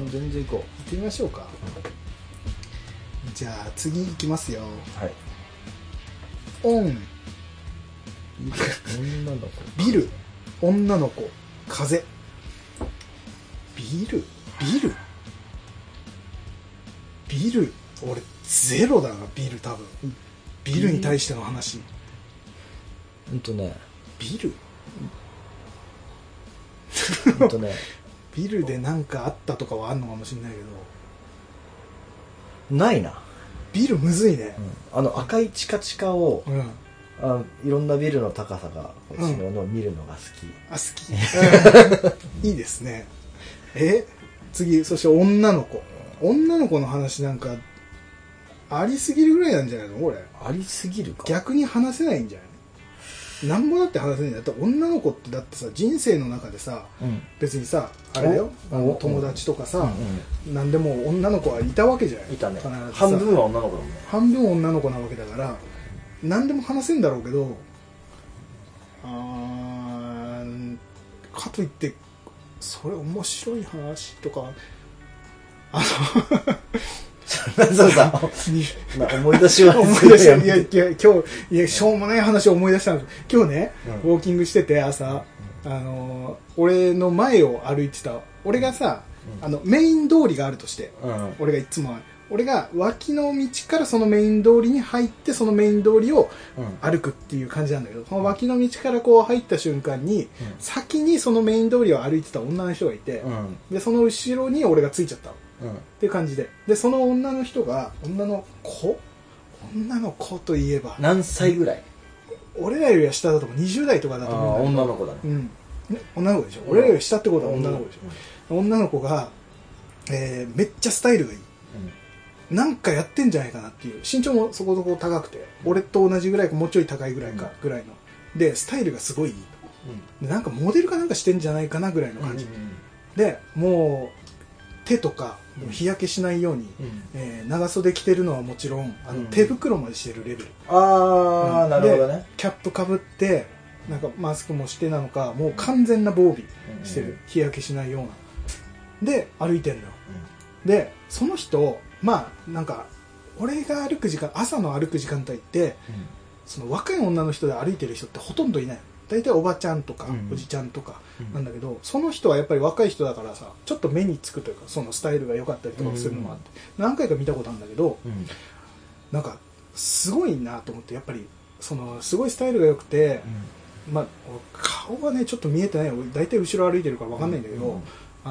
もう全然行こう。行ってみましょうか。じゃあ次行きますよ。 はい。 オン、 女の子。 ビル、女の子、風。ビル俺ゼロだな。ビル、多分ビルに対しての話。 ねビルビルで何かあったとかはあんのかもしれないけど、 ないな。 ビルむずいね。 赤いチカチカを、 うん、 いろんなビルの高さが違うのを見るのが好き。 好き。いいですね。次、そして女の子の話なんかありすぎるぐらいなんじゃないのこれ。 ありすぎるか。 逆に話せないんじゃないの。なんぼだって話せないんだ。だって女の子ってだってさ、人生の中でさ、別にさ、あれだよ、友達とかさ、なんでも女の子はいたわけじゃない。 いたね。半分は女の子だもんね。 半分女の子なわけだから、なんでも話せんだろうけど、かといってそれ面白い話とかそうさ思い出しは思い出した。いや今日しょうもない話を思い出したんです。今日ね、ウォーキングしてて朝、俺の前を歩いてた。俺がさ、メイン通りがあるとして、俺がいつも俺が脇の道からそのメイン通りに入って、そのメイン通りを歩くっていう感じなんだけど、その脇の道からこう入った瞬間に、先にそのメイン通りを歩いてた女の人がいて、でその後ろに俺がついちゃったの、っていう感じで、その女の人が女の子といえば何歳ぐらい？ 俺らよりは下だと思う。20代とかだと思うんだけど。 女の子だね。 女の子でしょ。俺らより下ってことは女の子でしょ。女の子が、めっちゃスタイルがいい。なんかやってんじゃないかなっていう。身長もそこそこ高くて、俺と同じぐらいかもうちょい高いぐらいかぐらいの。でスタイルがすごいいいと。でなんかモデルかなんかしてんじゃないかなぐらいの感じ。でもう手とか日焼けしないように、長袖着てるのはもちろん手袋までしてるレベル。 なるほどね。 キャップかぶってなんかマスクもしてなのか、もう完全な防備してる、日焼けしないようなで歩いてんのよ。でその人、なんか俺が歩く時間、朝の歩く時間帯って、その若い女の人で歩いてる人ってほとんどいない。大体おばちゃんとか、おじちゃんとかなんだけど、その人はやっぱり若い人だからさ、ちょっと目につくというか、そのスタイルが良かったりとかするのもあって、何回か見たことあるんだけど、なんかすごいなと思って。やっぱりそのすごいスタイルが良くて、顔はねちょっと見えてない。大体後ろ歩いてるから分かんないんだけど、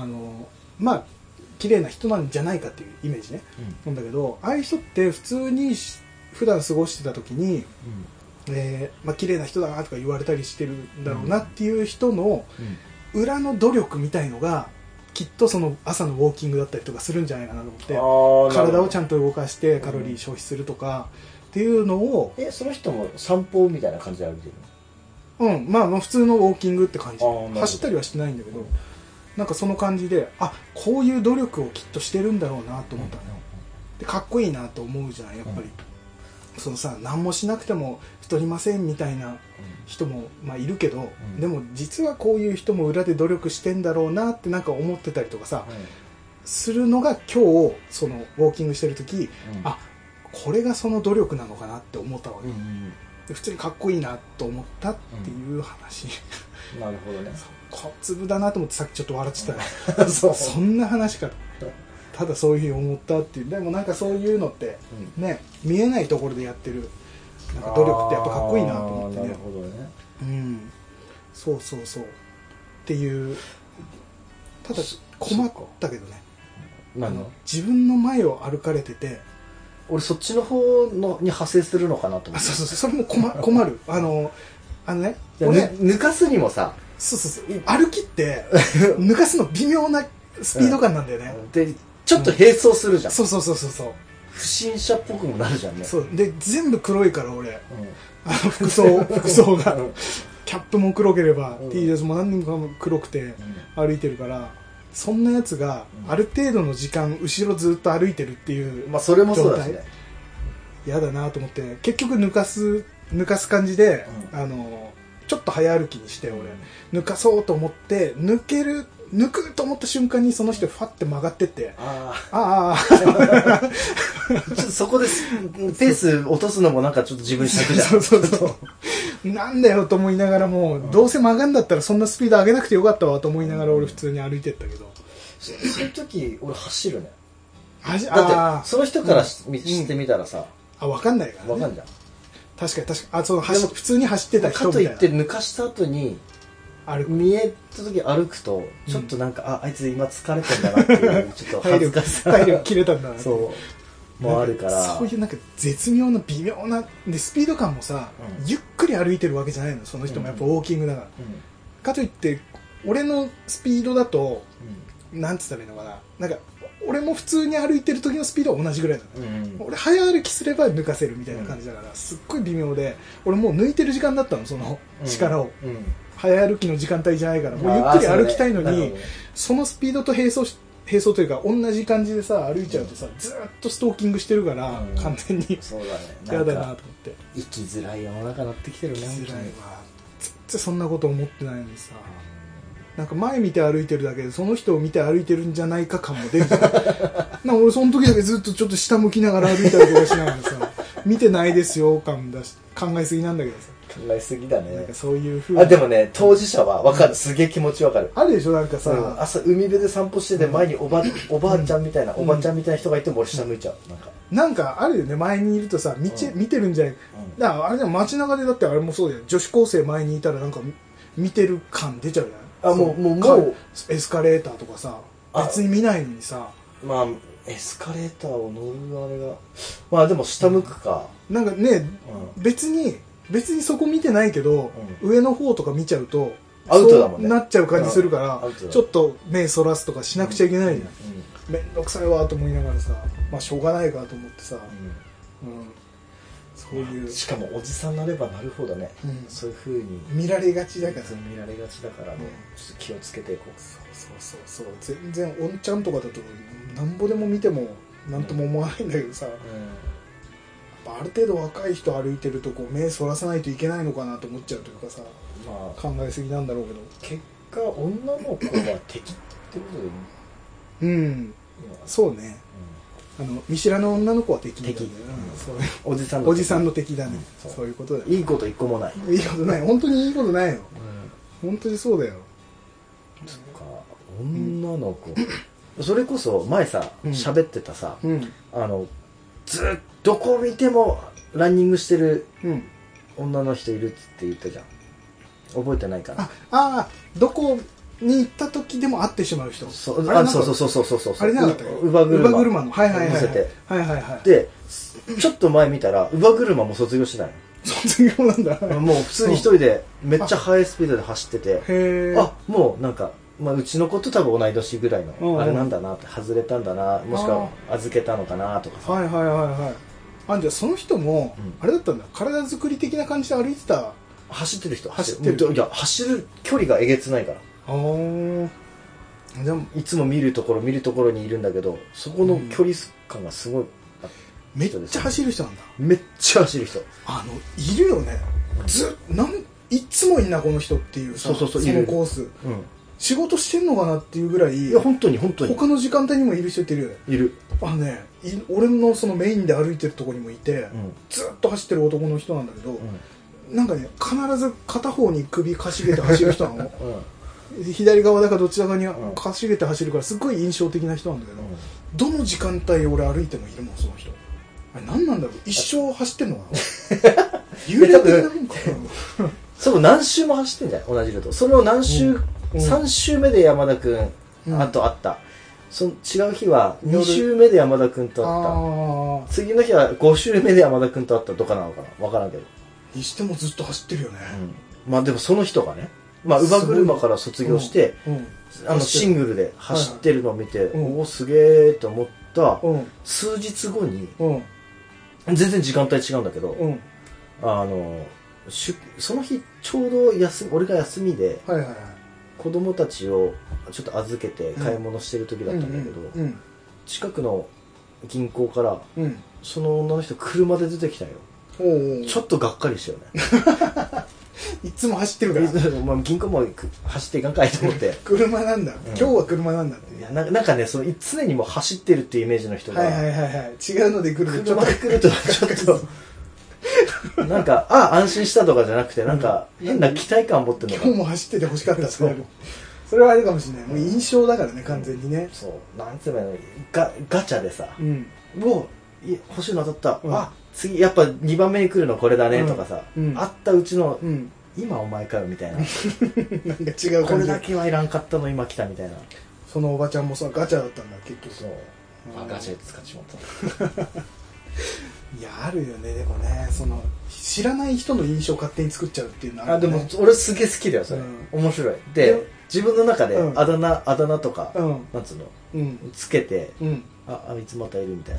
綺麗な人なんじゃないかっていうイメージね、なんだけど、ああいう人って普通に普段過ごしてた時に、綺麗な人だなとか言われたりしてるんだろうなっていう人の裏の努力みたいのがきっとその朝のウォーキングだったりとかするんじゃないかなと思って、体をちゃんと動かしてカロリー消費するとかっていうのを。 その人も散歩みたいな感じで歩いてるの？普通のウォーキングって感じ。走ったりはしてないんだけど、なんかその感じで、こういう努力をきっとしてるんだろうなと思ったのよ。でかっこいいなと思うじゃんやっぱり。そのさ、何もしなくても太りませんみたいな人もいるけど、でも実はこういう人も裏で努力してんだろうなってなんか思ってたりとかさ、するのが今日そのウォーキングしてる時、これがその努力なのかなって思ったわけ、で普通にかっこいいなと思ったっていう話、 なるほどね。 小粒だなと思ってさっきちょっと笑ってたよそんな話かと。ただそういうふうに思ったっていう。でもなんかそういうのってね、見えないところでやってるなんか努力ってやっぱかっこいいなと思ってね。 なるほどね。 そうっていう。ただ困ったけどね、自分の前を歩かれてて、 俺そっちの方に派生するのかなと思って。 それも困るね、 抜かすにもさ、 歩きって抜かすの微妙なスピード感なんだよね、 でちょっと並走するじゃん、 そう不審者っぽくもなるじゃんね。 そうで全部黒いから俺、服装がキャップも黒ければ、T シャツも何人かも黒くて歩いてるから、そんなやつがある程度の時間後ろずっと歩いてるっていう状態、 それもそうだしね、 嫌だなと思って、結局抜かす感じで、ちょっと早歩きにして俺抜かそうと思って抜ける抜くと思った瞬間にその人ファッて曲がってって、 あちょっとそこでペース落とすのもなんかちょっと自分尺じゃん。 そうなんだよと思いながらも、どうせ曲がんだったらそんなスピード上げなくてよかったわと思いながら俺普通に歩いてったけど、 そういう時俺走るね。 だってその人からしてみたらさ、 分かんないからね。 分かんじゃん。 確かにその普通に走ってた人みたいな。 かといって抜かした後に見えた時歩くとちょっとなんか、あいつ今疲れてんだなっていうちょっと恥ずかしさ体力切れたんだなそうもあるから、 そういうなんか絶妙な微妙なでスピード感もさ、ゆっくり歩いてるわけじゃないの、その人もやっぱウォーキングだから、かといって俺のスピードだと、なんつったらいいのかな、なんか俺も普通に歩いてる時のスピードは同じぐらいなの、俺早歩きすれば抜かせるみたいな感じだから、すっごい微妙で、俺もう抜いてる時間だったの、その力を、早歩きの時間帯じゃないから、もうゆっくり歩きたいのに、そのスピードと並走というか同じ感じでさ歩いちゃうとさ、ずっとストーキングしてるから、完全にそうだね、 嫌だなと思って、 生きづらい世の中になってきてるね。 生きづらいわ、全然そんなこと思ってないのにさ、なんか前見て歩いてるだけでその人を見て歩いてるんじゃないか感も出るじゃん。なんか俺その時だけずっとちょっと下向きながら歩いたりとかしながらさ、見てないですよ感出し、考えすぎなんだけどさ、 考えすぎだね。 なんかそういう風な、 でもね、当事者は分かる、すげえ気持ち分かる。 あるでしょ、なんかさ、 朝海辺で散歩してて前におばあちゃんみたいな、おばちゃんみたいな人がいても俺下向いちゃう。 なんかあるよね、前にいるとさ、見てるんじゃない、だからあれじゃ街中でだってあれもそうだよ、女子高生前にいたらなんか見てる感出ちゃうじゃない。もうエスカレーターとかさ、別に見ないのにさ、 まあエスカレーターを乗るあれが、まあでも下向くか、 なんかね、別にそこ見てないけど、上の方とか見ちゃうとアウトだもんね、 そうなっちゃう感じするから、ちょっと目そらすとかしなくちゃいけないじゃん、めんどくさいわと思いながらさ、まあしょうがないかと思ってさ、そういう、 しかもおじさんになればなるほどね、そういう風に見られがちだから、 ね、ちょっと気をつけていこう。 そう全然おんちゃんとかだとなんぼでも見てもなんとも思わないんだけどさ、ある程度若い人歩いてるとこう目そらさないといけないのかなと思っちゃうというかさ、まあ、考えすぎなんだろうけど、 結果女の子は敵ってことでいい？ そうね、見知らぬ女の子は敵だね、おじさんの敵だね、そういうことだよ。 いいこと一個もない。 いいことない、本当にいいことないよ、本当にそうだよ。 そっか、女の子それこそ前さ喋ってたさ、ずっとどこ見てもランニングしてる女の人いるって言ったじゃん。覚えてないかな。 どこに行った時でも会ってしまう人。 そう、あれなかったっけ？乳母車の、乗せて、でちょっと前見たら乳母車も卒業してないの。 卒業なんだ。 もう普通に一人でめっちゃハイスピードで走ってて、もうなんか、うちの子と多分同い年ぐらいのあれなんだなって、外れたんだな、もしくは預けたのかなとかさ。 じゃあその人もあれだったんだ、体作り的な感じで歩いてた。 走ってる人、 走ってる。 いや、走る距離がえげつないから。でもいつも見るところにいるんだけど、そこの距離感がすごい。 めっちゃ走る人なんだ。 めっちゃ走る人。 いるよね。いつもいんなこの人っていうさ、そのコース。仕事してんのかなっていうぐらい。いや本当に他の時間帯にもいる人っているよね。 いる。 俺のそのメインで歩いてるところにもいて、ずっと走ってる男の人なんだけど、なんかね、必ず片方に首かしげて走る人なの。左側だかどちらかにかしげて走るからすっごい印象的な人なんだけど、どの時間帯俺歩いてもいるもん、その人。あれ何なんだろう、一生走ってんのかな。幽霊的なもんかな。 そう、何周も走ってんじゃん、同じルート。その何周、3周目で山田くん、あと会った。違う日は2周目で山田くんと会った。次の日は5周目で山田くんと会ったとかなのかな、分からんけど。にしてもずっと走ってるよね。 まあでもその人がね、乳母車から卒業して、シングルで走ってるのを見て、おおすげえと思った数日後に、全然時間帯違うんだけど、その日ちょうど俺が休みで、子供たちをちょっと預けて買い物してる時だったんだけど、近くの銀行から、その女の人車で出てきたよ。ちょっとがっかりしたよね。 いつも走ってるからもう銀行も走っていかんかいと思って車なんだ、今日は車なんだって。 いやなんかね、その常にもう走ってるっていうイメージの人が、 はいはいはいはい、違うので来ると車で来るとちょっとなんか安心したとかじゃなくて、なんか変な期待感を持ってるのが、今日も走ってて欲しかったってなる。それはあれかもしれない。もう印象だからね、完全にね。 そうなんつうの、ガチャでさ、もう欲しいの当たった、次やっぱ2番目に来るのこれだねとかさ、あったうちの、今お前かよみたいななんか違う感じ、 これだけはいらんかったの今来たみたいな。 そのおばちゃんもさガチャだったんだ結局。 そう、ガチャで使ってしまったいやあるよね。でもね、その知らない人の印象を勝手に作っちゃうっていうのはでも俺すげえ好きだよそれ、面白いで、自分の中であだ名とか、なんつうの、つけて、あいつまたいるみたいな。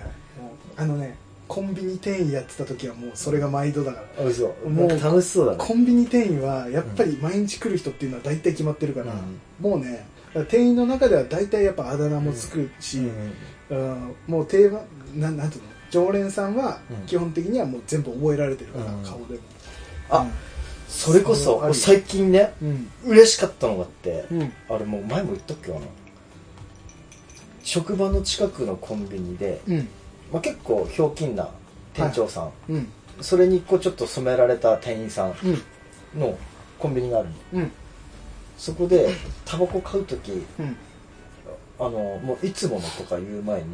コンビニ店員やってた時はもうそれが毎度だから。 嘘。もう楽しそうだね。 コンビニ店員はやっぱり毎日来る人っていうのは大体決まってるから、もうね、店員の中では大体やっぱあだ名もつくし、もう定番なんていうの、常連さんは基本的にはもう全部覚えられてるから、顔でも。 それこそ最近ね、嬉しかったのがあって、あれもう前も言ったっけかな。職場の近くのコンビニで、結構ひょうきんな店長さん、それにこうちょっと染められた店員さんのコンビニがあるの、そこでタバコ買う時、もういつものとか言う前に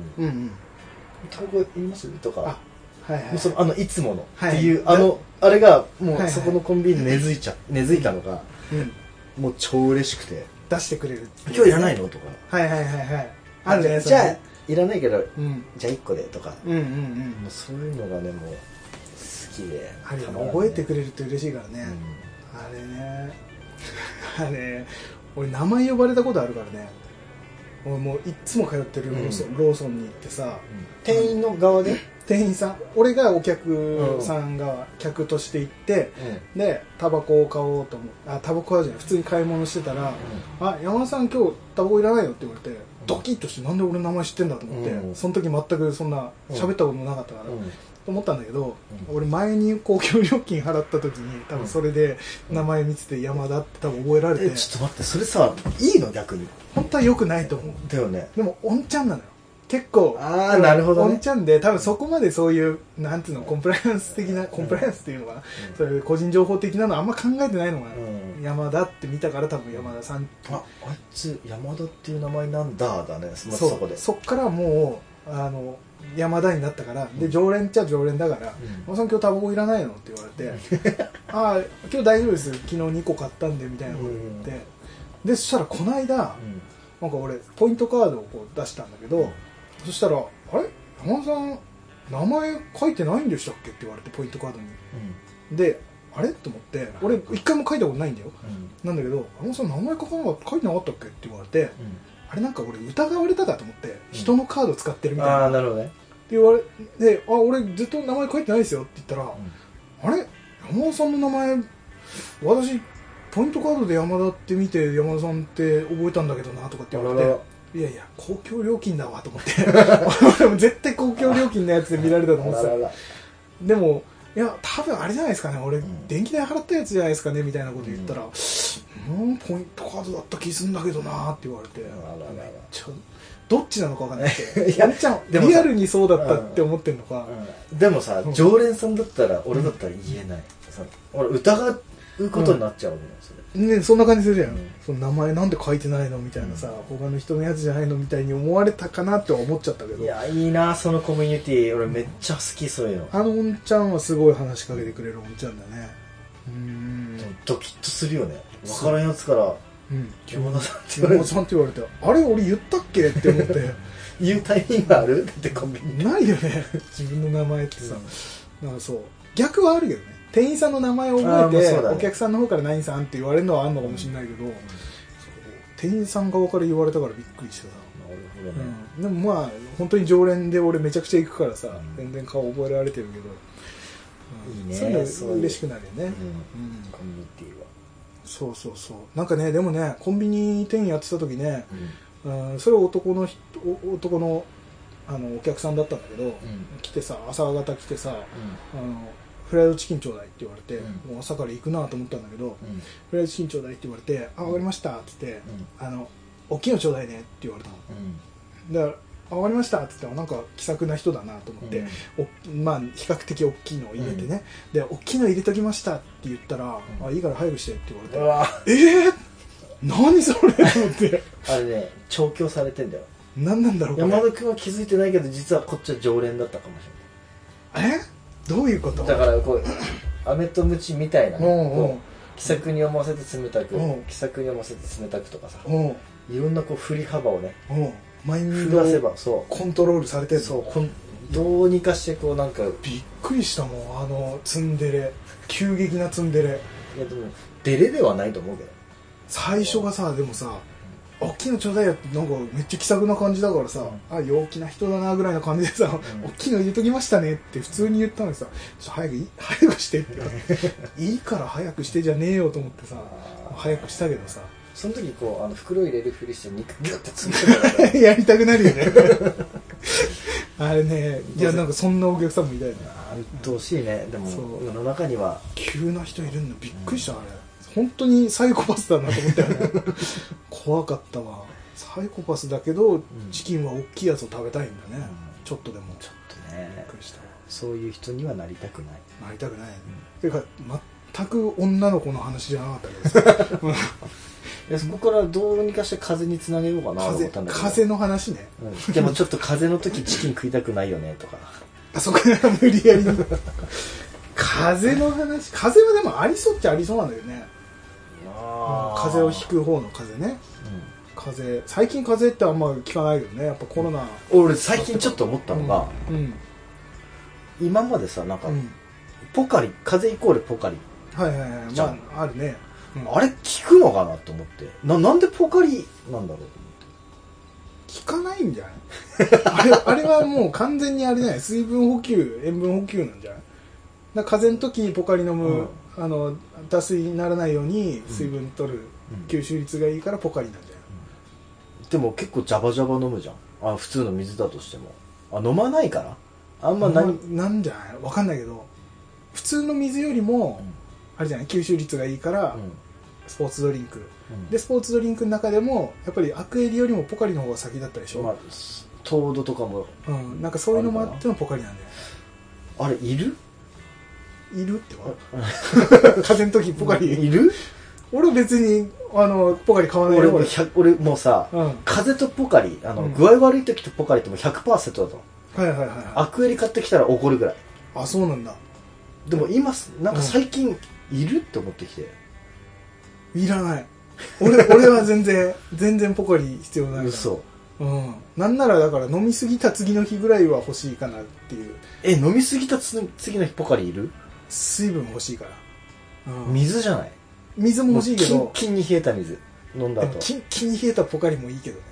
「タバコいります?」とか、いつものっていう、あれがもうそこのコンビニに根付いたのが、もう超嬉しくて、 出してくれる。 今日いらないのとか、 あるね。 じゃあいらないけど、じゃあ1個でとか、もうそういうのがねもう好きで、 覚えてくれると嬉しいからね、あれねあれ俺名前呼ばれたことあるからね。俺もういっつも通ってるローソンに行ってさ、 店員の側で、 店員さん、俺がお客さんが客として行って、でタバコを買おうと思う、タバコ買うじゃない、普通に買い物してたら「山田さん今日タバコいらないよ」って言われて、ドキッとして、なんで俺の名前知ってんだと思って、その時全くそんな喋ったこともなかったから、と思ったんだけど、俺前に公共料金払った時に多分それで名前見てて山田って多分覚えられて、 ちょっと待って、それさいいの？逆に本当は良くないと思う。 だよね。 でもオンチャンなのよ結構。 なるほどね。 オンチャンで多分そこまでそういうなんていうの、コンプライアンス的な、コンプライアンスっていうのはそういう個人情報的なのあんま考えてないのが、山田って見たから多分山田さん、 あいつ山田っていう名前なんだだね。 そこでそっからもう山田になったから、で常連っちゃ常連だから「山田さん今日タバコいらないの?」って言われて「ああ今日大丈夫です、昨日2個買ったんで」みたいなこと言って、でそしたらこの間なんか俺ポイントカードをこう出したんだけど、そしたら「あれ山田さん名前書いてないんでしたっけ?」って言われて、ポイントカードに。であれと思って、俺一回も書いたことないんだよ、なんだけど「山田さん名前書いてなかったっけ?」って言われて、あれなんか俺疑われたかと思って、人のカード使ってるみたいな、 なるほどねって言われて、俺ずっと名前書いてないですよって言ったら、あれ山田さんの名前私ポイントカードで山田って見て山田さんって覚えたんだけどなとかって言われて、いやいや公共料金だわと思って俺も絶対公共料金のやつで見られたと思ってた。でもいや多分あれじゃないですかね、俺電気代払ったやつじゃないですかねみたいなこと言ったら、ポイントカードだった気するんだけどなって言われて、どっちなのか分かんないけど、やっちゃんリアルにそうだったって思ってんのか。 でもさ、常連さんだったら俺だったら言えない、俺疑うことになっちゃうね、そんな感じするじゃん、その名前なんで書いてないのみたいなさ、他の人のやつじゃないのみたいに思われたかなって思っちゃったけど。 いやいいなそのコミュニティ、俺めっちゃ好きそういうの。 おんちゃんはすごい話しかけてくれるおんちゃんだね。 ドキッとするよね、分からんやつから山田さんって言われて、あれ俺言ったっけって思って言うタイミングある？だってコンビニないよね自分の名前ってさ、だからそう逆はあるけどね、店員さんの名前を覚えて、お客さんの方から何さんって言われるのはあるのかもしれないけど、店員さん側から言われたからびっくりしてさ。 なるほどね、 でもまあ本当に常連で俺めちゃくちゃ行くからさ、全然顔覚えられてるけど、 いいね、 そういうの嬉しくなるよね、 コミュニティは。 そうそうそう、なんかね、でもねコンビニ店員やってた時ね、それは男のお客さんだったんだけど、来てさ、朝方来てさ、 フライドチキンちょうだいって言われて、 うんもう朝から行くなと思ったんだけど、 うんフライドチキンちょうだいって言われて、あ、わかりましたって言って、大きいのちょうだいねって言われたの。だから、あ、わかりましたって言ってなんか気さくな人だなと思って、まあ比較的大きいのを入れてね、で大きいの入れときましたって言ったら、あ、いいから早くしてって言われて、何それと思ってあれね、調教されてんだよ。 何なんだろうこれ。 山田君は気づいてないけど実はこっちは常連だったかもしれない。 どういうこと？ だからこう飴とムチみたいな、 こう気さくに思わせて冷たく、気さくに思わせて冷たくとかさ、いろんなこう振り幅をね、 マイン振らせばコントロールされてる。 どうにかしてこうなんかびっくりしたもん、ツンデレ、急激なツンデレ。 いやでもデレではないと思うけど、 最初がさ、でもさ、大きいのちょうだいよってなんかめっちゃ気さくな感じだからさ、あ、陽気な人だなぐらいの感じでさ、大きいの入れときましたねって普通に言ったのにさ、ちょっと早くしてっていいから早くしてじゃねえよと思ってさ、早くしたけどさ、 その時こう袋入れるふりして肉ギュッて詰めてやりたくなるよねあれね、いやなんかそんなお客さんもいたよね。 うっとうしいね。でも世の中には急な人いるんだ、びっくりした。あれ本当にサイコパスだなと思ったよね怖かったわ。サイコパスだけど、チキンは大きいやつを食べたいんだね、ちょっとでも。ちょっとね、びっくりしたわ。 そういう人にはなりたくない。 なりたくない、ていうか全く女の子の話じゃなかったけどそこからどうにかして風につなげようかなと思ったんだけど。 風の話ね、 でもちょっと風の時チキン食いたくないよねとかあそこから無理やり風の話、風はでもありそうっちゃありそうなんだよね。風邪をひく方の風ね、風、最近風邪ってあんま聞かないけどね、やっぱコロナ。 俺最近ちょっと思ったのが、今までさなんか、ポカリ、風邪イコールポカリ、 はいはいはい、まああるね、 あれ効くのかなと思って、なんでポカリなんだろうと思って。 効かないんじゃないあれはもう完全にあれじゃない、水分補給、塩分補給なんじゃない。だから風邪の時ポカリ飲む、脱水にならないように水分取る、吸収率がいいからポカリなんじゃない。 でも結構ジャバジャバ飲むじゃん、普通の水だとしても。飲まないからあんまなんじゃない、わかんないけど、普通の水よりも、あれじゃない、吸収率がいいから、スポーツドリンク、でスポーツドリンクの中でもやっぱりアクエリよりもポカリの方が先だったでしょ、 糖度とかも、 なんかそういうのもあってのポカリなんだよ。 あれいるってば風邪の時ポカリいる？ 俺別にポカリ買わないよ。 俺もうさ、風邪とポカリ、具合悪い時とポカリってもう 100% だと。 はいはいはい。 アクエリ買ってきたら怒るぐらい。 あ、そうなんだ。 でも今なんか最近いるって思ってきて。 いらない。俺は全然ポカリ必要ない。 嘘。 なんならだから飲みすぎた次の日ぐらいは欲しいかなっていう。 飲みすぎた次の日ポカリいる？ 水分欲しいから。 水じゃない？ 水も欲しいけど。 キンに冷えた水飲んだ後。 キンに冷えたポカリもいいけどね。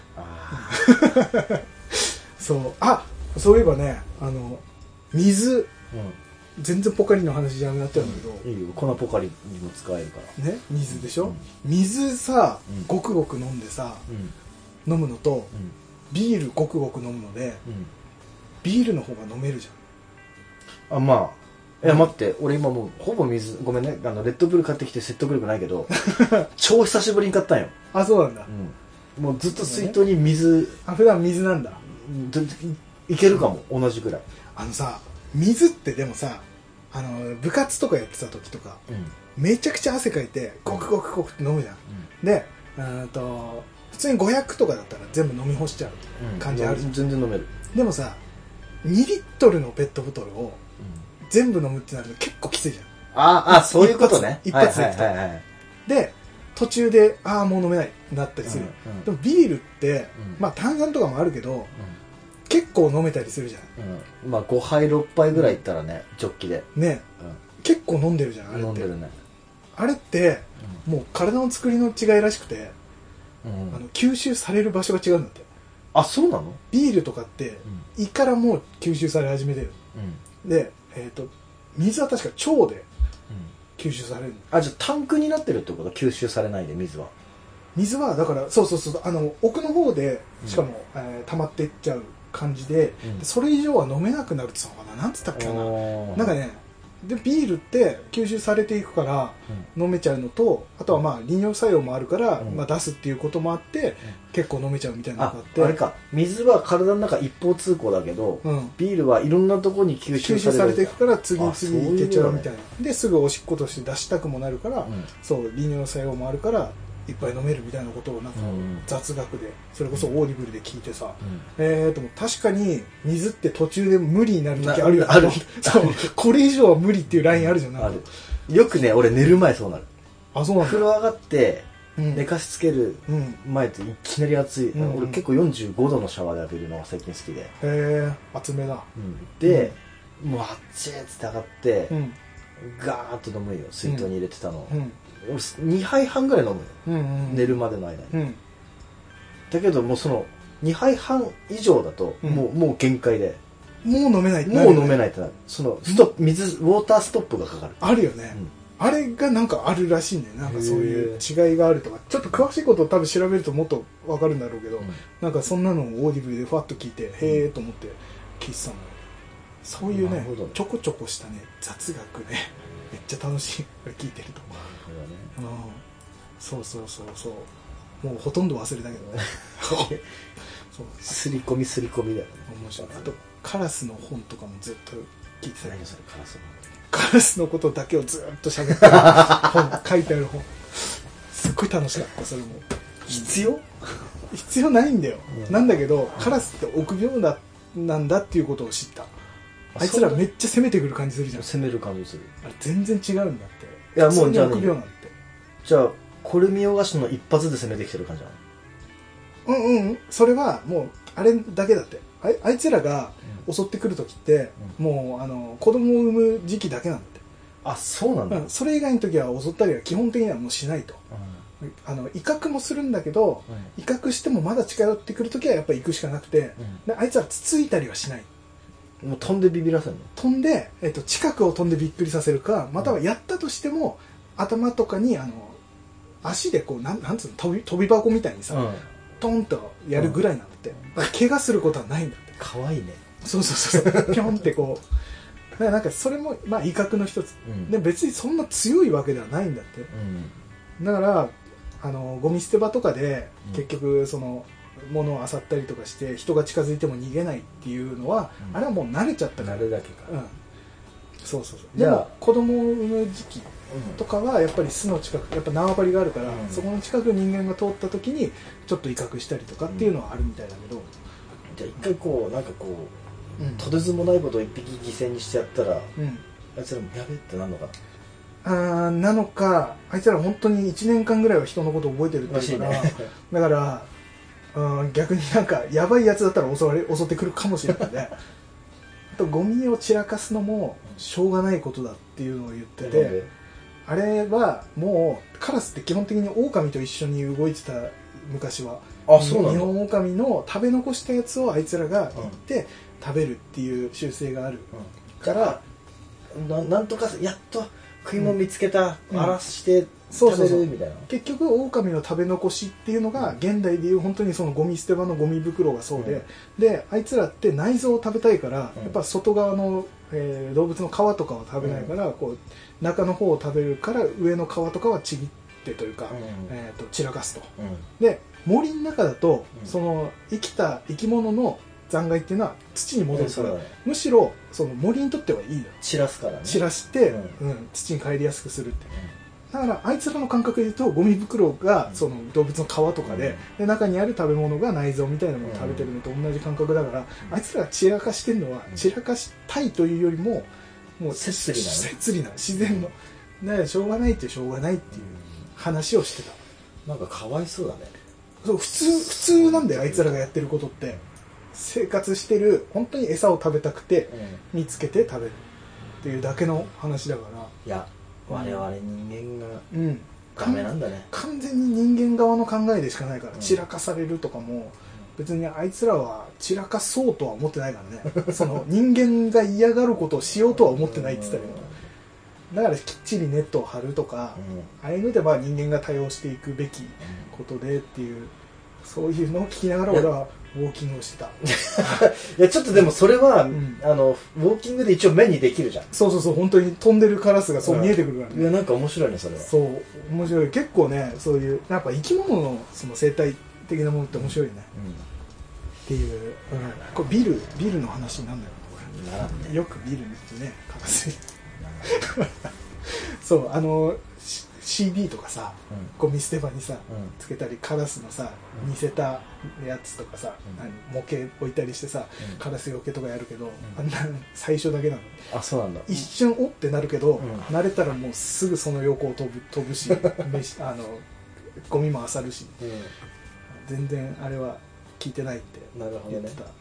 そう。そういえばね、水。全然ポカリの話じゃなくなっちゃうんだけど、 いいよ、粉ポカリにも使えるからね。水でしょ、水さ、ごくごく飲んでさ、飲むのと、ビールごくごく飲むので、ビールの方が飲めるじゃん。 まあいや待って、俺今もうほぼ水、ごめんね、レッドブル買ってきて説得力ないけど超久しぶりに買ったんよ。 あ、そうなんだ。 もうずっと水筒に水、 普段水なんだ。 いけるかも、同じぐらい。 さ、水ってでもさ、部活とかやってた時とか、めちゃくちゃ汗かいてゴクゴクゴクって飲むじゃん、で普通に500とかだったら全部飲み干しちゃう感じあるじゃん、 全然飲める。 でもさ、2リットルのペットボトルを全部飲むってなると結構きついじゃん。そういうことね。一発でいくと、で途中でもう飲めないなったりする、でもビールって、まあ炭酸とかもあるけど、結構飲めたりするじゃん、 まあ5杯6杯ぐらいいったらね、ジョッキでね、結構飲んでるじゃん、あれって。 飲んでるね。 あれって、もう体の作りの違いらしくて、吸収される場所が違うんだって。 あ、そうなの？ ビールとかって胃からもう吸収され始めてる、で、水は確か腸で吸収される、 じゃあタンクになってるってこと？吸収されないで、水はだからそう奥の方でしかも、溜まっていっちゃう感じで、それ以上は飲めなくなるって言ったのかな、なんつったっけな、なんかね、 でビールって吸収されていくから飲めちゃうのと、あとはまあ利尿作用もあるから、まあ、出すっていうこともあって、結構飲めちゃうみたいなのがあって、 あれか、水は体の中一方通行だけど、ビールはいろんなところに吸収されていくから次々いけちゃうみたいな。ですぐおしっことして出したくもなるから、そう利尿作用もあるからいっぱい飲めるみたいなことをなんか雑学でそれこそオーディブルで聞いてさ、でも確かに水って途中で無理になる時あるよね。そうこれ以上は無理っていうラインあるじゃん。なんかよくね、俺寝る前そうなる。 あ、そうなんだ。 風呂上がって寝かしつける前っていきなり暑い、俺結構45度のシャワーで浴びるのが最近好きで、 熱めだ、 で、もう熱いっつって上がって、ガーッと飲むよ、水筒に入れてたの、俺2杯半ぐらい飲むよ、寝るまでの間に、だけどもうその2杯半以上だともう限界で、 もう飲めないってなる、もう飲めないってなる。そのウォーターストップがかかる。 あるよね、あれがなんかあるらしいね。なんかそういう違いがあるとか、ちょっと詳しいことを多分調べるともっと分かるんだろうけど、なんかそんなのをオーディブルでファッと聞いて、へえと思って聞いてたのよ。そういうね、ちょこちょこしたね雑学ね、めっちゃ楽しい聞いてると。そうもうほとんど忘れたけどね。 そうすり込みだよね。 面白い。あとカラスの本とかもずっと聞いてた。 何それ、カラスの本。カラスのことだけをずっと喋ってる本、書いてある本。すっごい楽しかった。それも必要ないんだよ、なんだけどカラスって臆病なんだっていうことを知った。あいつらめっちゃ攻めてくる感じするじゃん。 攻める感じする。 あれ全然違うんだって。 いやもうじゃあ、 臆病なんて。 じゃあこれ見よがしの一発で攻めてきてる感じなの？ それはもうあれだけだって。あいつらが襲ってくる時って、もう子供を産む時期だけなんだって。 あ、そうなんだ。 それ以外の時は襲ったりは基本的にはもうしないと。威嚇もするんだけど、威嚇してもまだ近寄ってくる時はやっぱり行くしかなくて、であいつはつついたりはしない。 もう飛んでビビらせるの？ 飛んで、近くを飛んでびっくりさせるか、またはやったとしても頭とかに足でこうなんつうの、飛び箱みたいにさ、トンとやるぐらいなんだって。怪我することはないんだって。 可愛いね。 そうピョンってこう。だからなんかそれもまあ威嚇の一つ、で別にそんな強いわけではないんだって、だからゴミ捨て場とかで結局その物を漁ったりとかして人が近づいても逃げないっていうのは、あれはもう慣れちゃったから。 慣れだけか。 そうでも子供を産む時期とかはやっぱり巣の近く、やっぱ縄張りがあるから、そこの近く人間が通った時にちょっと威嚇したりとかっていうのはあるみたいだけど、 じゃあ一回こうなんかこう、とてつもないことを一匹犠牲にしてやったら、あいつらもやべってなるのかな。 なのか、あいつら本当に1年間ぐらいは人のことを覚えてるっていうから、だから逆になんかやばいやつだったら襲ってくるかもしれないね。あとゴミを散らかすのもしょうがないことだっていうのを言ってて、あれはもうカラスって基本的に狼と一緒に動いてた、昔は。 そうなんだ。 日本狼の食べ残したやつをあいつらが行って食べるっていう習性があるから、 なんとかやっと食い物見つけた、荒らして食べるみたいな。 結局狼の食べ残しっていうのが現代でいう本当にそのゴミ捨て場のゴミ袋がそうで、であいつらって内臓を食べたいから、やっぱ外側の、動物の皮とかは食べないから、こう中の方を食べるから上の皮とかはちぎってというか、散らかすと。で森の中だと、その生き物の残骸っていうのは土に戻るから、むしろその森にとってはいいの。 散らすからね。 散らして、土に帰りやすくするって、だからあいつらの感覚で言うとゴミ袋がその動物の皮とかで、中にある食べ物が内臓みたいなものを食べてるのと同じ感覚だから、あいつらが散らかしてるのは散らかしたいというよりも摂理な自然の、だからしょうがないってしょうがないっていう話をしてた。 なんかかわいそうだね。 そう普通なんだよ、あいつらがやってることって。生活してる、本当に餌を食べたくて見つけて食べるっていうだけの話だから。 いや我々人間がダメなんだね。 完全に人間側の考えでしかないから、散らかされるとかも別にあいつらは散らかそうとは思ってないからね。その人間が嫌がることをしようとは思ってないって言ってたけど、だからきっちりネットを張るとか、ああいうのでまあ人間が対応していくべきことでっていうそういうのを聞きながら俺はウォーキングをしてた。 いやちょっとでもそれは、ウォーキングで一応目にできるじゃん。 そう本当に飛んでるカラスがそう見えてくるからね。 いやなんか面白いねそれは。 そう面白い。結構ねそういうやっぱ生き物のその生態的なものって面白いね、っていう、これビルの話になるんだよこれ。よくビルってねカラスそうCD とかさ、ゴミ捨て場にさ、つけたりカラスのさ似せたやつとかさ、模型置いたりしてさ、カラスよけとかやるけど、あんな最初だけなの。 あ、そうなんだ。 一瞬おってなるけど、慣れたらもうすぐその横を飛ぶしゴミも漁るし、全然あれは聞いてないって言ってた。あ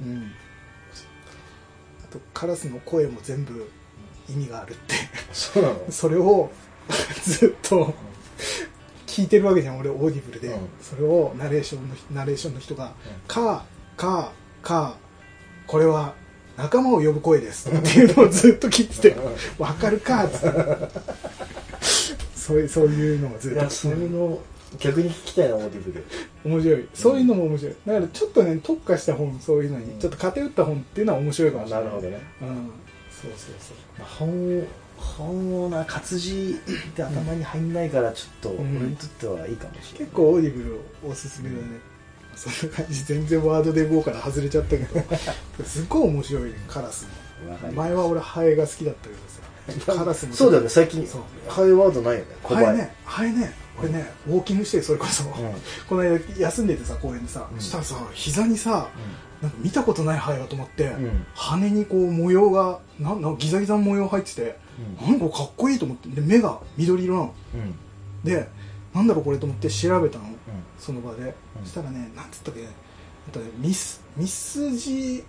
とカラスの声も全部意味があるってそうなのそれをずっと聞いてるわけじゃん俺オーディブルで、それをナレーションの人がカーこれは仲間を呼ぶ声ですっていうのをずっと聞いててわかるかっつってそういうのをずっと聞いて。いやそういうの逆に聞きたいなオーディブル。 面白い。そういうのも面白い。だからちょっとね特化した本、そういうのにちょっと偏った本っていうのは面白いかもしれない。 なるほどね。 そう本を活字って頭に入んないからちょっと俺にとってはいいかもしれない。 結構オーディブルおすすめだね。そんな感じ。全然ワードデブから外れちゃったけどすっごい面白いねカラスの。前は俺ハエが好きだったけどさ、カラスもそうだよね。最近ハエワードないよね。 ハエね俺ねウォーキングしてそれこそ、この間休んでてさ公園でさ、したらさ膝にさ、なんか見たことないハエが止まって、羽にこう模様がギザギザの模様入ってて、なんかかっこいいと思って、で目が緑色なの、でなんだろうこれと思って調べたの、その場で、そしたらねなんつったっけ、ミスジ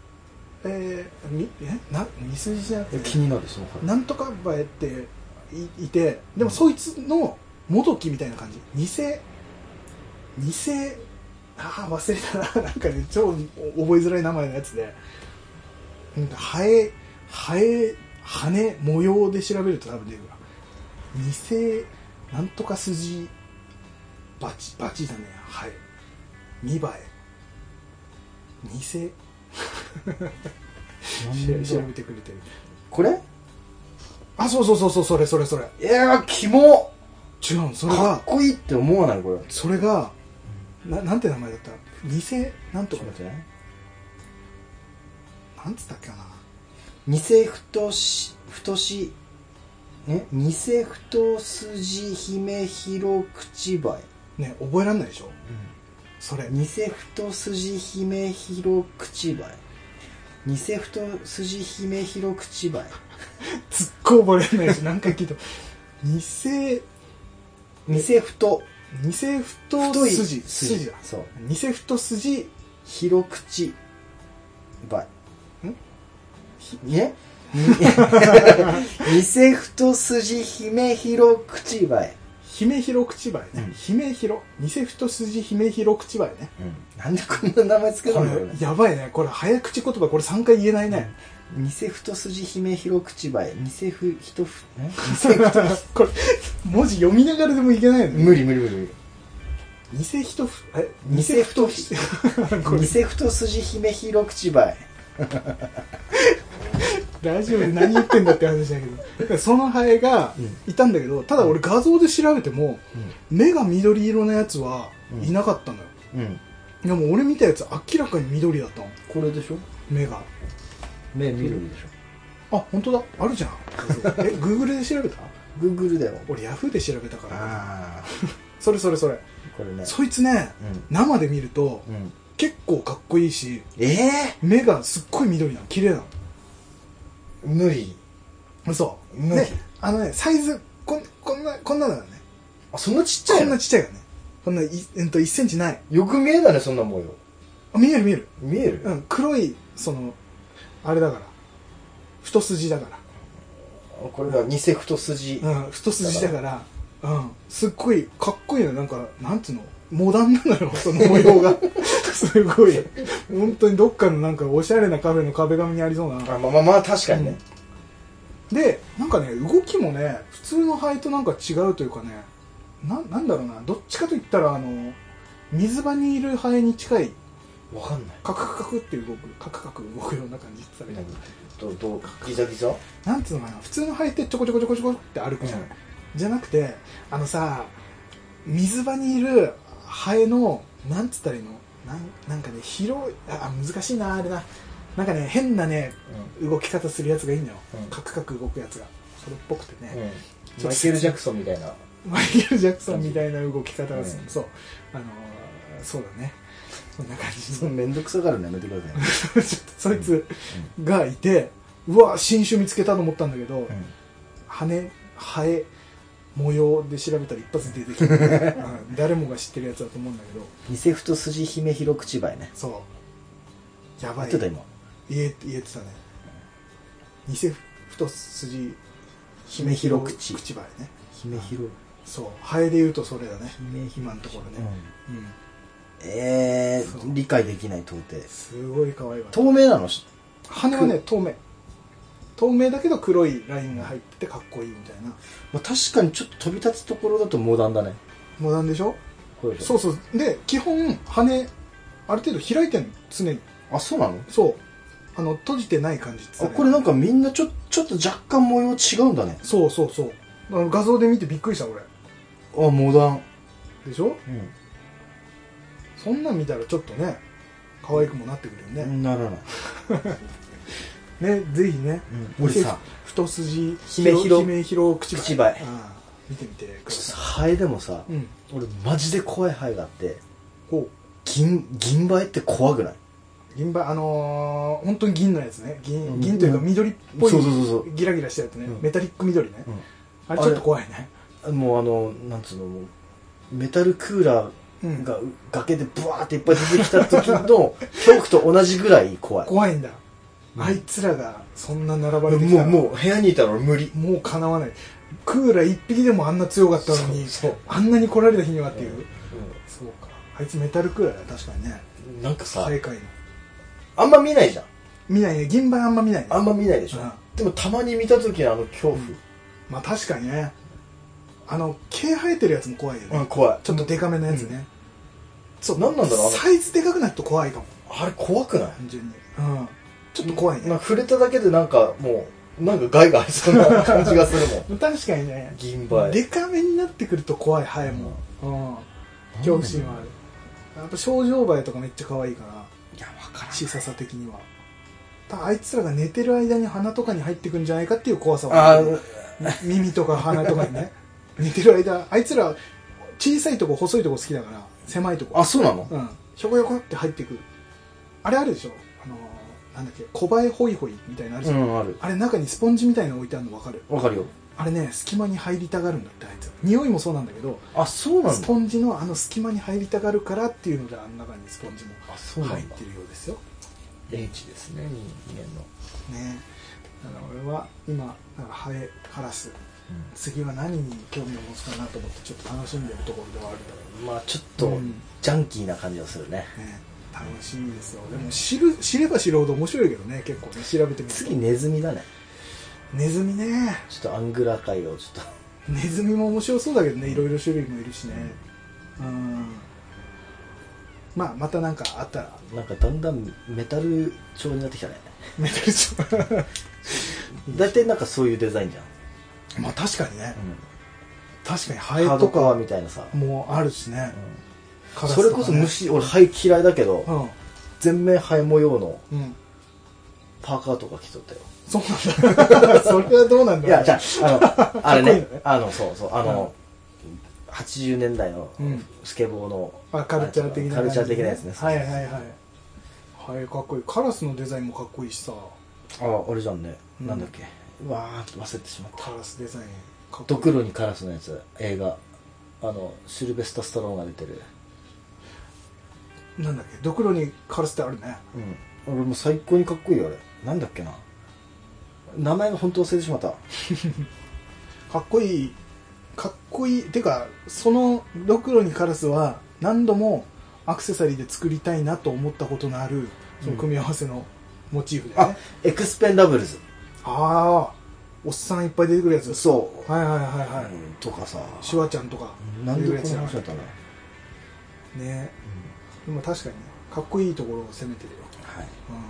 ミスジじゃなくて、 気になるそのなんとかバエっていて、でもそいつのもどきみたいな感じ、偽忘れたな、なんかね超覚えづらい名前のやつで、なんか羽模様で調べると多分出るわ。偽なんとか筋バチだね、ハエ見栄え偽調べてくれてる。 これ？ あ、そうそれ。 いやーキモ。 違う、それがかっこいいって思わないこれ。 それがなんて名前だった？偽なんとかだっけ？なんつったっけな。 偽太筋姫広口梅ね、覚えらんないでしょ、それ。 偽太筋姫広口梅、偽太筋姫広口梅すっごい覚えらんないし何回聞いた。偽太筋だ。 そう。 偽太筋広口梅。ね？偽太筋姫広口梅。 姫広口梅ね。偽太筋姫広口梅ね。 なんでこんな名前つけたんだろうね。 やばいね。これ早口言葉これ3回言えないね。 偽太筋姫広口梅。 これ文字読みながらでもいけないよね。 無理。偽太筋姫広口梅。 ラジオで何言ってんだって話だけど、そのハエがいたんだけど、ただ俺画像で調べても、目が緑色のやつはいなかったのよ。でも俺見たやつ明らかに緑だったの。 これでしょ？ 目緑でしょ？ あ、本当だ、あるじゃん。Google で調べた？ Google だよ。 俺 Yahoo で調べたから。それ。 これね。 そいつね、生で見ると結構かっこいいし、目がすっごい緑なの、綺麗なの。 無理。 そうね、サイズこんなだよね。 あ、そんなちっちゃい？ こんなちっちゃいよね。こんな1センチない。 よく見えたね、そんな模様。 あ、見える。黒いあれだから、太筋だから。 これが偽太筋。 太筋だから、すっごいかっこいいの。なんかなんつうの、モダンなのよ、その模様が。すごい本当にどっかのなんかおしゃれなカフェの壁紙にありそうな。 まあ確かにね。 でなんかね、動きもね普通のハエとなんか違うというかね、なんだろうな、どっちかといったら水場にいるハエに近い。 わかんない。 カクカクって動く、カクカク動くような感じって言ったらいい。 ギザギザなんつうのかな、普通のハエってちょこちょこちょこちょこって歩くじゃない、じゃなくて、さ、水場にいるハエの、なんつったらいいの、なんかね、広い、難しいな、あれな。なんかね、変なね、動き方するやつがいいんだよ。カクカク動くやつが。それっぽくてね。 マイケル・ジャクソンみたいな。 マイケル・ジャクソンみたいな動き方がする。そう。そうだね。そんな感じ。 めんどくさがるのやめてください。 ちょっとそいつがいて、うわ、新種見つけたと思ったんだけど、ハエ、模様で調べたら一発で出てきて、誰もが知ってるやつだと思うんだけど。 偽太筋姫広口バエね。 そう。やばい。 言ってた今。 言えてたね。偽太筋姫広口バエね。 姫広。 そう。ハエで言うとそれだね。今のところね。 理解できない到底。 すごい可愛いわ。 透明なの？ 羽はね、透明だけど黒いラインが入っててかっこいいみたいな。 まあ、確かにちょっと飛び立つところだとモダンだね。 モダンでしょ？そうそう。で、基本羽ある程度開いてんの、常に。 あ、そうなの？ そう。閉じてない感じって、 ね、これなんかみんなちょっと若干模様違うんだね。 そうそうそう。画像で見てびっくりした俺。 モダンでしょ？そんなん見たらちょっとね、可愛くもなってくるよね。 ならない。 ね、ぜひね。 俺さ、 太筋姫広口バエ。見てみてください。 ハエでもさ、俺マジで怖いハエがあって、銀バエって怖くない？ 銀バエ、本当に銀のやつね。銀というか緑っぽいギラギラしたやつね。メタリック緑ね。あれちょっと怖いね。 もうなんつうの、もうメタルクーラーが崖でブワーっていっぱい出てきた時の恐怖と同じぐらい怖い。 怖いんだ。あいつらがそんな並ばれてきたらもう部屋にいたら無理。 もうかなわない。クーラー一匹でもあんな強かったのに、あんなに来られた日にはっていう。そうか。あいつメタルクーラーだ、確かにね。 なんかさ、 あんま見ないじゃん。 見ないね。銀バエあんま見ないね。 あんま見ないでしょ。でもたまに見た時の恐怖。 まあ確かにね。毛生えてるやつも怖いよね。 怖い。 ちょっとデカめのやつね。 そう、なんなんだろう。 サイズでかくないと怖いかも。 あれ怖くない？ 単純に。ちょっと怖いね。 触れただけでなんかもう、なんか害がありそうな感じがするもん。 確かにね。 銀バエ。 デカめになってくると怖い、ハエも。恐怖心はある。やっぱショウジョウバエとかめっちゃ可愛いから。 いや、わからん。 小ささ的には。あいつらが寝てる間に鼻とかに入ってくんじゃないかっていう怖さはある。耳とか鼻とかにね。寝てる間、あいつら小さいとこ細いとこ好きだから、狭いとこ。 あ、そうなの？ ひょこひょこって入ってくる。あれあるでしょ？なんだっけ、小バエホイホイみたいなのあるじゃん。 ある。 あれ中にスポンジみたいなの置いてあるの分かる？ 分かるよ。 あれね、隙間に入りたがるんだって、あいつ。匂いもそうなんだけど、 あ、そうなんだ。 スポンジの隙間に入りたがるからっていうので、あの中にスポンジも入ってるようですよ。 英知ですね、人間の。 ね。だから俺は今、ハエ、カラス、次は何に興味を持つかなと思ってちょっと楽しんでるところではあるんだけど。 まあちょっと、ジャンキーな感じがするね。 楽しいですよ。でも知れば知るほど面白いけどね、結構ね、調べてみると。 次ネズミだね。 ネズミね。 ちょっとアングラ界をちょっと。 ネズミも面白そうだけどね、いろいろ種類もいるしね。まあまたなんかあったら。 なんかだんだんメタル調になってきたね。 メタル調。 大体なんかそういうデザインじゃん。 まあ確かにね。確かにハエとかみたいなさ。 もうあるしね。 それこそ虫、俺ハエ嫌いだけど、全面ハエ模様のパーカーとか着とったよ。 そうなんだ。それはどうなんだろう。 いや、じゃあ、あれね、そうそう、80年代のスケボーのカルチャー的なやつね。 はいはいはい。はい、かっこいい。カラスのデザインもかっこいいしさ。 あれじゃんね。なんだっけ。うわーっと忘れてしまった。 カラスデザイン。 ドクロにカラスのやつ、映画。シルベスタ・スタローンが出てる。 なんだっけ、ドクロにカラスってあるね。 俺も最高にかっこいいよ、あれ。なんだっけな。名前が本当忘れてしまった。 かっこいい。てか、そのドクロにカラスは何度もアクセサリーで作りたいなと思ったことのある、その組み合わせのモチーフでね。 エクスペンダブルズ。 ああ、おっさんいっぱい出てくるやつ。 そう。 はいはいはいはい。 とかさ。 シュワちゃんとか。 なんでこの話だったの？ ね。 でも確かにね、かっこいいところを攻めてるよ。 はい。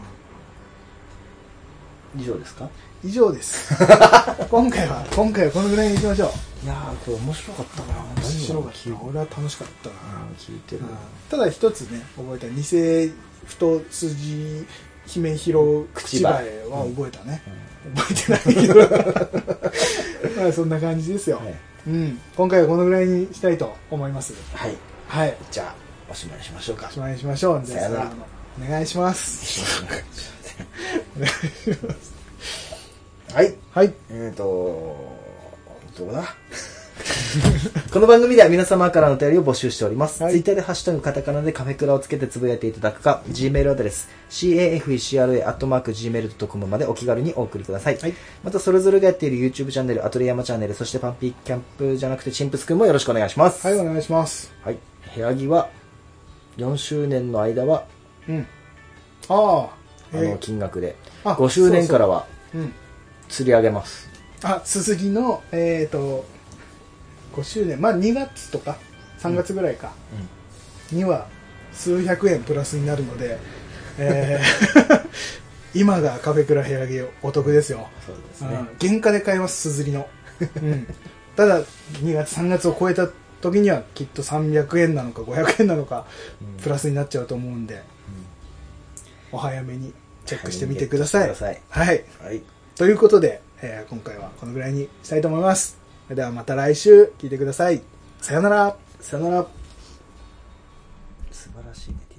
うん、 以上ですか？ 以上です。今回はこのぐらいに行きましょう。 いやー、これ面白かったな。 面白かった。俺は楽しかったな。 聞いてる。 ただ一つね、覚えた。偽太筋姫広口笛は覚えたね。覚えてないけど。まあそんな感じですよ。はい、うん。今回はこのぐらいにしたいと思います。 はい。 はい。 じゃあ、おしまいにしましょうか。 おしまいにしましょう。 さよなら。 お願いします。お願いします。 はい。 はい。 どうだこの番組では皆様からのお便りを募集しております。はい、ツイッターでハッシュタグカタカナでカフェクラをつけてつぶやいていただくか、Gmail アドレス、cafecra@gmail.com までお気軽にお送りください。はい、また、それぞれがやっている YouTube チャンネル、アトリヤマチャンネル、そしてパンピーキャンプじゃなくてチンプスくんもよろしくお願いします。 はい、お願いします。 はい。部屋着は、4周年の間は、 うん。 金額で、5周年からは、釣り上げます。 すすぎの、5周年、まあ2月とか3月ぐらいか、には数百円プラスになるので、今がカフェクラ部屋着お得ですよ。 そうですね。 原価で買えます、すずりの。うん、ただ、2月3月を超えた時にはきっと300円なのか500円なのか、プラスになっちゃうと思うんで、お早めにチェックしてみてください。はい。ということで、今回はこのぐらいにしたいと思います。それではまた来週聞いてください。さよなら。 さよなら。素晴らしいね。